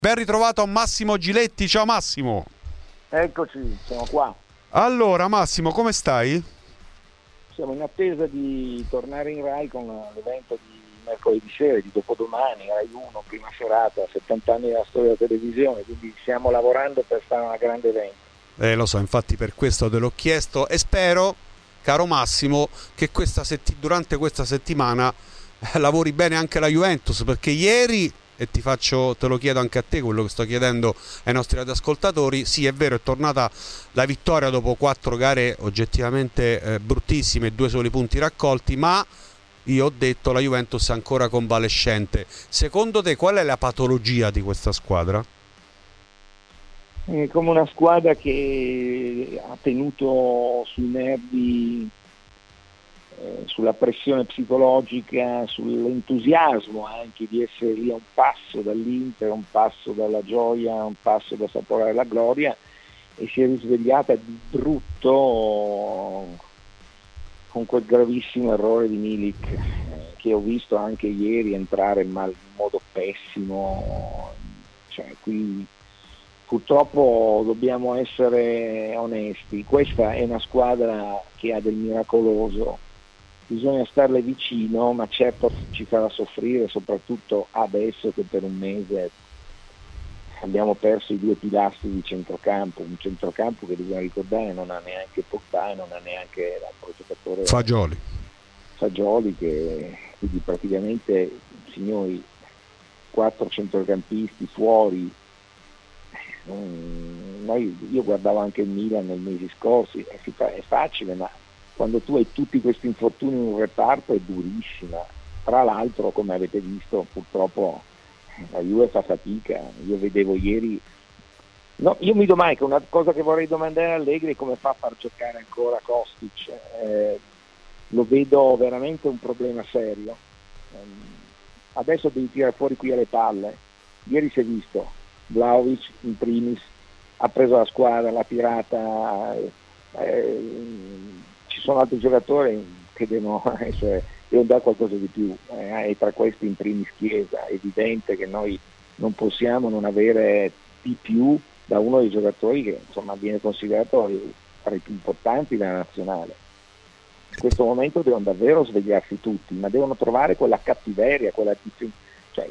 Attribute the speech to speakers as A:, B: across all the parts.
A: Ben ritrovato Massimo Giletti, ciao Massimo.
B: Eccoci, siamo qua.
A: Allora Massimo, come stai?
B: Siamo in attesa di tornare in Rai con l'evento di mercoledì sera, di dopodomani, Rai 1, prima serata, 70 anni della storia della televisione, quindi stiamo lavorando per fare una grande evento.
A: Lo so, infatti per questo te l'ho chiesto e spero, caro Massimo, che durante questa settimana lavori bene anche la Juventus, perché ieri, e te lo chiedo anche a te, quello che sto chiedendo ai nostri radioascoltatori, sì è vero, è tornata la vittoria dopo 4 gare oggettivamente bruttissime e 2 soli punti raccolti, ma io ho detto la Juventus è ancora convalescente. Secondo te qual è la patologia di questa squadra?
B: È come una squadra che ha tenuto sui nervi, sulla pressione psicologica, sull'entusiasmo anche di essere lì a un passo dall'Inter, un passo dalla gioia, un passo da assaporare la gloria, e si è risvegliata di brutto con quel gravissimo errore di Milik, che ho visto anche ieri entrare in modo pessimo. Cioè, qui purtroppo dobbiamo essere onesti, questa è una squadra che ha del miracoloso, bisogna starle vicino, ma certo ci farà soffrire, soprattutto adesso che per un mese abbiamo perso i 2 pilastri di centrocampo, un centrocampo che dobbiamo ricordare non ha neanche Portà, non ha neanche l'altro giocatore Fagioli, che quindi praticamente, signori, 4 centrocampisti fuori. Io guardavo anche il Milan nei mesi scorsi, è facile, ma quando tu hai tutti questi infortuni in un reparto è durissima. Tra l'altro, come avete visto, purtroppo la Juve fa fatica. Io vedevo ieri, no, io mi domando che una cosa che vorrei domandare a Allegri è come fa a far giocare ancora Kostic. Lo vedo veramente un problema serio. Adesso devi tirare fuori qui alle palle. Ieri si è visto Vlahovic in primis ha preso la squadra, l'ha tirata, ci sono altri giocatori che devono dare qualcosa di più, e tra questi in primis Chiesa. È evidente che noi non possiamo non avere di più da uno dei giocatori che insomma viene considerato tra i più importanti della nazionale. In questo momento devono davvero svegliarsi tutti, ma devono trovare quella cattiveria, cioè,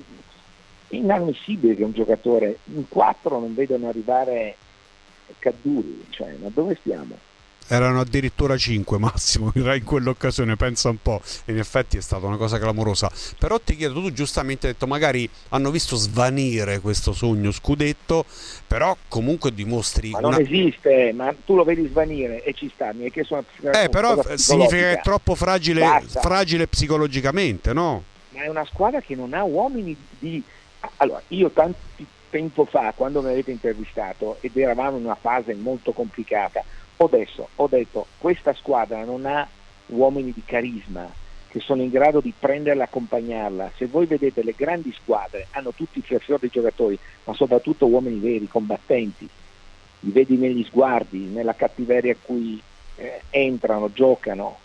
B: è inammissibile che un giocatore in 4 non vedano arrivare Caduri, cioè, ma dove stiamo?
A: Erano addirittura 5 Massimo in quell'occasione, pensa un po', in effetti è stata una cosa clamorosa. Però ti chiedo, tu giustamente hai detto magari hanno visto svanire questo sogno scudetto, però comunque dimostri
B: ma non esiste, ma tu lo vedi svanire e ci sta, mi hai chiesto
A: però significa che è troppo fragile psicologicamente, no?
B: Ma è una squadra che non ha uomini di... Allora, io tanti tempo fa, quando mi avete intervistato ed eravamo in una fase molto complicata, ho detto questa squadra non ha uomini di carisma che sono in grado di prenderla e accompagnarla. Se voi vedete le grandi squadre hanno tutti i fior dei giocatori, ma soprattutto uomini veri, combattenti, li vedi negli sguardi, nella cattiveria a cui entrano, giocano.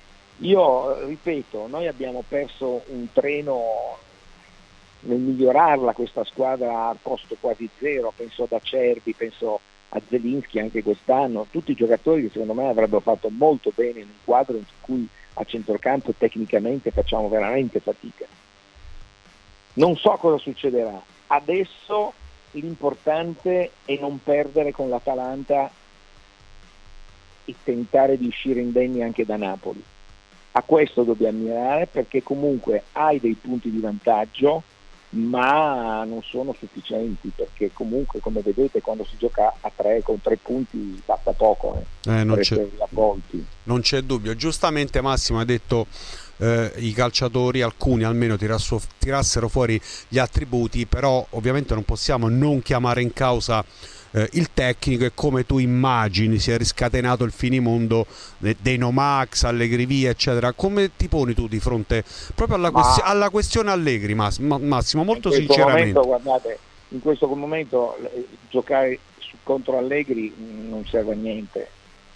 B: Io ripeto, noi abbiamo perso un treno nel migliorarla questa squadra a costo quasi zero, penso ad Acerbi, penso a Zelinski anche quest'anno, tutti i giocatori che secondo me avrebbero fatto molto bene in un quadro in cui a centrocampo tecnicamente facciamo veramente fatica. Non so cosa succederà. Adesso l'importante è non perdere con l'Atalanta e tentare di uscire indenni anche da Napoli. A questo dobbiamo mirare, perché comunque hai dei punti di vantaggio, ma non sono sufficienti, perché comunque, come vedete, quando si gioca a 3 con 3 punti basta poco
A: non c'è dubbio. Giustamente Massimo ha detto i calciatori, alcuni almeno, tirassero fuori gli attributi, però ovviamente non possiamo non chiamare in causa il tecnico, e come tu immagini si è riscatenato il finimondo dei Nomax, Allegri via eccetera. Come ti poni tu di fronte proprio alla questione Allegri, Massimo, molto sinceramente?
B: Guardate, in questo momento giocare contro Allegri non serve a niente,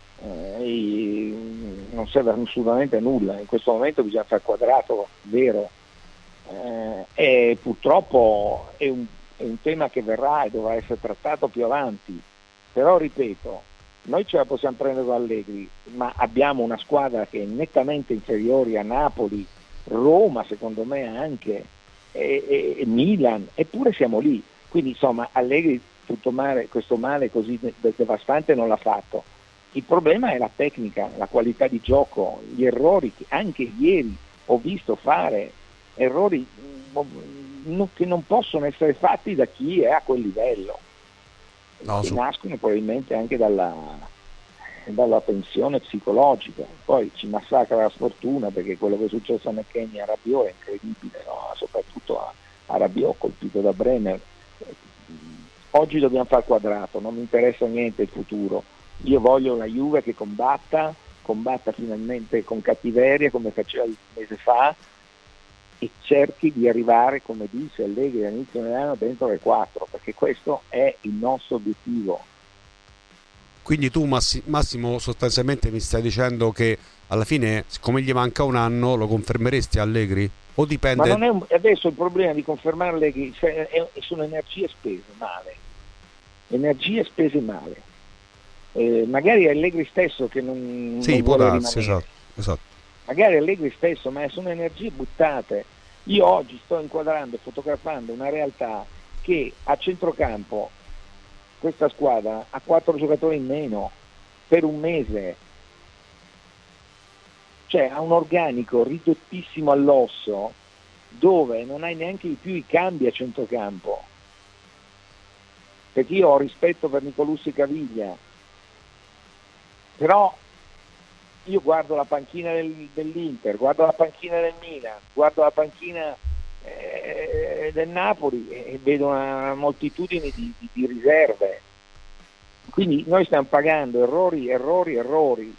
B: non serve assolutamente a nulla. In questo momento bisogna fare quadrato vero, e purtroppo è è un tema che verrà e dovrà essere trattato più avanti, però ripeto, noi ce la possiamo prendere con Allegri, ma abbiamo una squadra che è nettamente inferiore a Napoli, Roma secondo me anche, e Milan, eppure siamo lì. Quindi insomma Allegri questo male così devastante non l'ha fatto. Il problema è la tecnica, la qualità di gioco, gli errori che anche ieri ho visto fare, errori che non possono essere fatti da chi è a quel livello, che nascono probabilmente anche dalla tensione psicologica. Poi ci massacra la sfortuna, perché quello che è successo a McKennie a Rabiot è incredibile, no? Soprattutto a Rabiot colpito da Bremer. Oggi dobbiamo far quadrato, non mi interessa niente il futuro, io voglio una Juve che combatta finalmente con cattiveria come faceva il mese fa, e cerchi di arrivare, come dice Allegri all'inizio dell'anno, dentro le 4, perché questo è il nostro obiettivo.
A: Quindi tu Massimo sostanzialmente mi stai dicendo che alla fine, siccome gli manca un anno, lo confermeresti Allegri? O dipende?
B: Ma non è adesso il problema di confermare Allegri, sono energie spese male. Magari è Allegri stesso che non vuole rimanere.
A: Esatto.
B: Magari Allegri stesso, ma sono energie buttate. Io oggi sto inquadrando e fotografando una realtà che a centrocampo questa squadra ha 4 giocatori in meno per un mese, cioè ha un organico ridottissimo all'osso, dove non hai neanche più i cambi a centrocampo, perché io ho rispetto per Nicolussi e Caviglia, però io guardo la panchina dell'Inter, guardo la panchina del Milan, guardo la panchina del Napoli e vedo una moltitudine di riserve. Quindi noi stiamo pagando errori.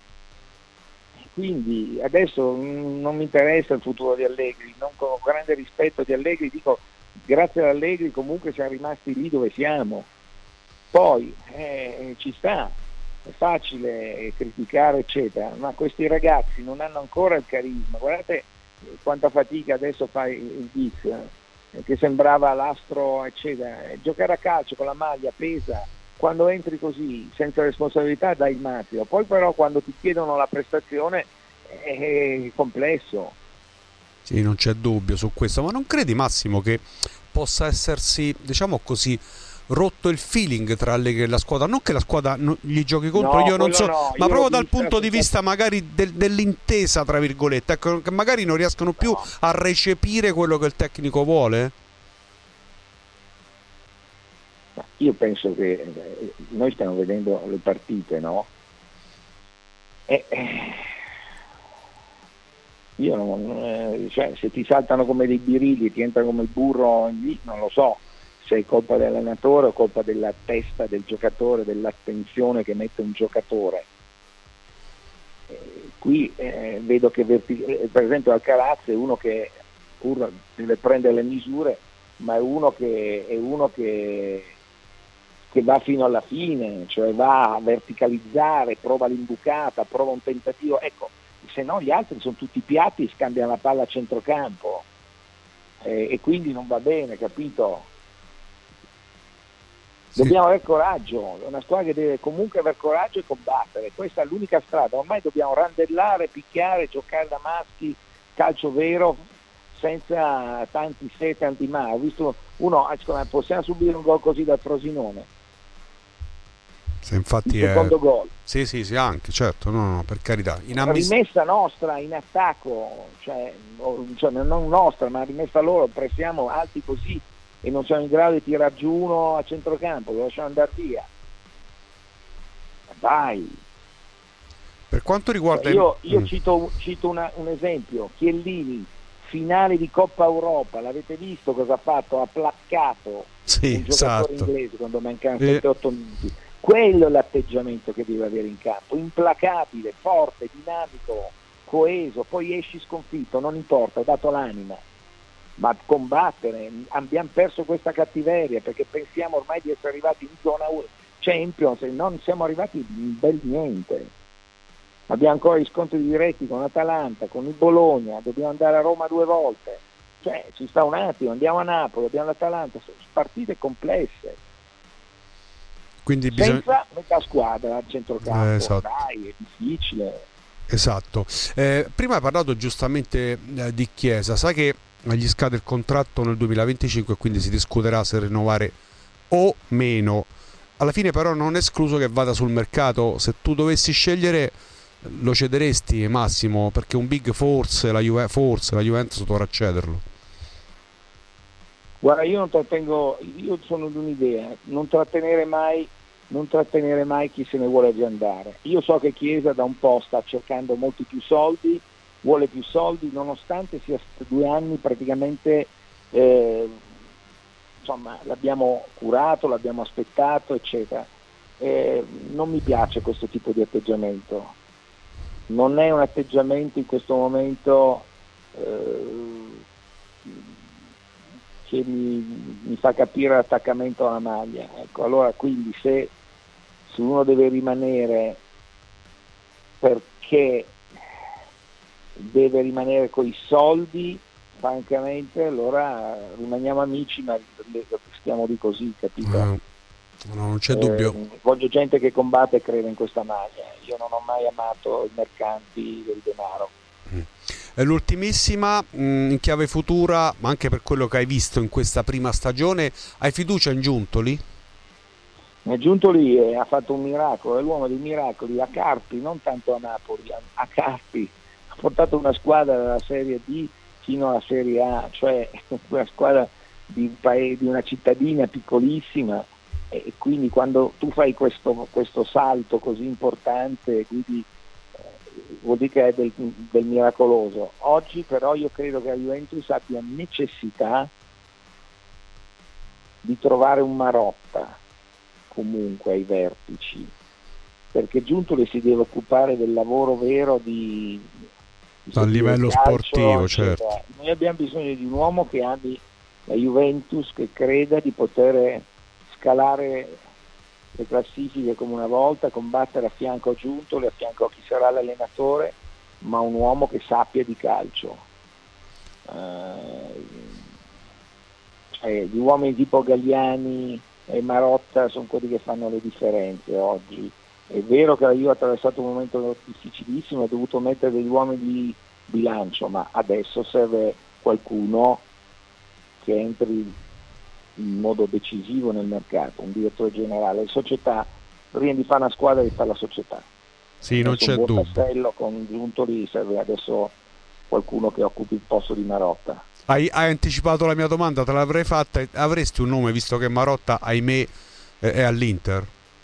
B: Quindi adesso non mi interessa il futuro di Allegri, non con grande rispetto di Allegri, dico grazie ad Allegri comunque siamo rimasti lì dove siamo. Poi ci sta, è facile criticare eccetera, ma questi ragazzi non hanno ancora il carisma. Guardate quanta fatica adesso fa il Diz, che sembrava l'astro eccetera. Giocare a calcio con la maglia pesa, quando entri così senza responsabilità dai il massimo, poi però quando ti chiedono la prestazione è complesso.
A: Sì, non c'è dubbio su questo, ma non credi Massimo che possa essersi, diciamo così, rotto il feeling tra Allegri e la squadra? Non che la squadra gli giochi contro,
B: no,
A: io non so,
B: no,
A: ma
B: io
A: proprio dal punto di vista magari dell'intesa tra virgolette, ecco, che magari non riescono più a recepire quello che il tecnico vuole.
B: Io penso che noi stiamo vedendo le partite, no? Io cioè, se ti saltano come dei birilli, ti entra come il burro lì, non lo so se è colpa dell'allenatore o colpa della testa del giocatore, dell'attenzione che mette un giocatore. Qui vedo che per esempio Alcaraz è uno che pur deve prendere le misure, ma è uno che va fino alla fine, cioè va a verticalizzare, prova l'imbucata, prova un tentativo, ecco, se no gli altri sono tutti piatti e scambiano la palla a centrocampo, e quindi non va bene, capito? Sì. Dobbiamo avere coraggio, è una squadra che deve comunque avere coraggio e combattere, questa è l'unica strada, ormai dobbiamo randellare, picchiare, giocare da maschi, calcio vero, senza tanti se, tanti ma. Ho visto possiamo subire un gol così dal Frosinone?
A: Se infatti
B: il secondo gol.
A: Sì, anche, certo, no, per carità.
B: Rimessa nostra in attacco, cioè non nostra, ma rimessa loro, pressiamo alti così e non siamo in grado di tirar giù uno a centrocampo, lo lasciamo andare via. Dai.
A: Per quanto riguarda
B: io cito un esempio, Chiellini, finale di Coppa Europa, l'avete visto cosa ha fatto? Ha placcato un giocatore inglese quando mancano 7-8 minuti. Quello è l'atteggiamento che deve avere in campo, implacabile, forte, dinamico, coeso, poi esci sconfitto, non importa, ho dato l'anima, ma combattere. Abbiamo perso questa cattiveria perché pensiamo ormai di essere arrivati in zona Champions e non siamo arrivati in bel niente. Abbiamo ancora gli scontri diretti con l'Atalanta, con il Bologna, dobbiamo andare a Roma 2 volte. Cioè, ci sta un attimo, andiamo a Napoli, abbiamo l'Atalanta, sono partite complesse.
A: Quindi
B: senza metà squadra al centrocampo,
A: esatto.
B: Dai, è difficile.
A: Esatto. Prima hai parlato giustamente di Chiesa, sai che gli scade il contratto nel 2025 e quindi si discuterà se rinnovare o meno. Alla fine però non è escluso che vada sul mercato. Se tu dovessi scegliere, lo cederesti Massimo? Perché un big forse la Juventus dovrà cederlo.
B: Guarda, io sono di un'idea, non trattenere mai chi se ne vuole già andare. Io so che Chiesa da un po' sta cercando molti più soldi, vuole più soldi, nonostante sia 2 anni praticamente, insomma, l'abbiamo curato, l'abbiamo aspettato, eccetera. Non mi piace questo tipo di atteggiamento. Non è un atteggiamento in questo momento che mi fa capire l'attaccamento alla maglia. Ecco, allora quindi se uno deve rimanere perché deve rimanere coi soldi, francamente allora rimaniamo amici, ma stiamo di così, capito?
A: No, non c'è dubbio.
B: Voglio gente che combatte e crede in questa maglia. Io non ho mai amato i mercanti del denaro.
A: L'ultimissima, in chiave futura, ma anche per quello che hai visto in questa prima stagione, hai fiducia in Giuntoli?
B: Giuntoli ha fatto un miracolo, è l'uomo dei miracoli, a Carpi, non tanto a Napoli, a Carpi. Ha portato una squadra dalla Serie D fino alla Serie A, cioè una squadra di un paese, di una cittadina piccolissima, e quindi quando tu fai questo salto così importante, quindi vuol dire che è del miracoloso. Oggi però io credo che la Juventus abbia necessità di trovare un Marotta comunque ai vertici, perché Giuntoli si deve occupare del lavoro vero
A: a livello
B: calcio,
A: sportivo,
B: eccetera.
A: certo.
B: Noi abbiamo bisogno di un uomo che ami la Juventus, che creda di poter scalare le classifiche come una volta, combattere a fianco a Giuntoli, a fianco a chi sarà l'allenatore, ma un uomo che sappia di calcio. Gli uomini tipo Galliani e Marotta sono quelli che fanno le differenze oggi. È vero che la Juve ha attraversato un momento difficilissimo, ha dovuto mettere degli uomini di bilancio, ma adesso serve qualcuno che entri in modo decisivo nel mercato, un direttore generale. Le società, prima di fare una squadra, di fare la società.
A: Sì, non c'è
B: un buon
A: dubbio.
B: tassello con Giuntoli, serve adesso qualcuno che occupi il posto di Marotta.
A: Hai anticipato la mia domanda, te l'avrei fatta. Avresti un nome, visto che Marotta, ahimè, è all'Inter?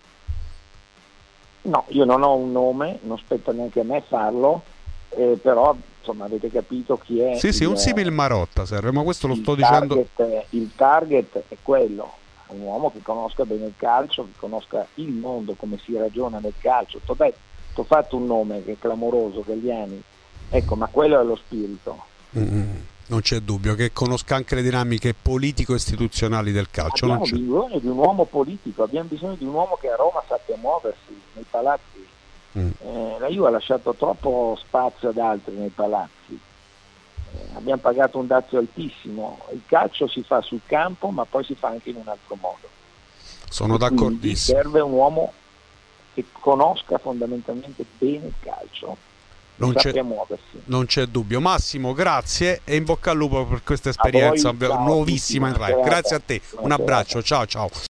B: No, io non ho un nome, non spetta neanche a me farlo, però insomma avete capito chi è.
A: Sì, un simile Marotta serve, ma questo lo sto
B: dicendo.
A: dicendo.
B: Il target è quello, un uomo che conosca bene il calcio, che conosca il mondo, come si ragiona nel calcio. Ti ho fatto un nome che è clamoroso, Galliani, ecco, ma quello è lo spirito.
A: Non c'è dubbio, che conosca anche le dinamiche politico-istituzionali del calcio.
B: Abbiamo bisogno di un uomo politico, abbiamo bisogno di un uomo che a Roma sappia muoversi nei palazzi. La Juve ha lasciato troppo spazio ad altri nei palazzi. Abbiamo pagato un dazio altissimo. Il calcio si fa sul campo, ma poi si fa anche in un altro modo.
A: Sono d'accordissimo.
B: Serve un uomo che conosca fondamentalmente bene il calcio. Non
A: c'è dubbio. Massimo, grazie e in bocca al lupo per questa esperienza nuovissima in Rai. Grazie a te, un abbraccio, ciao.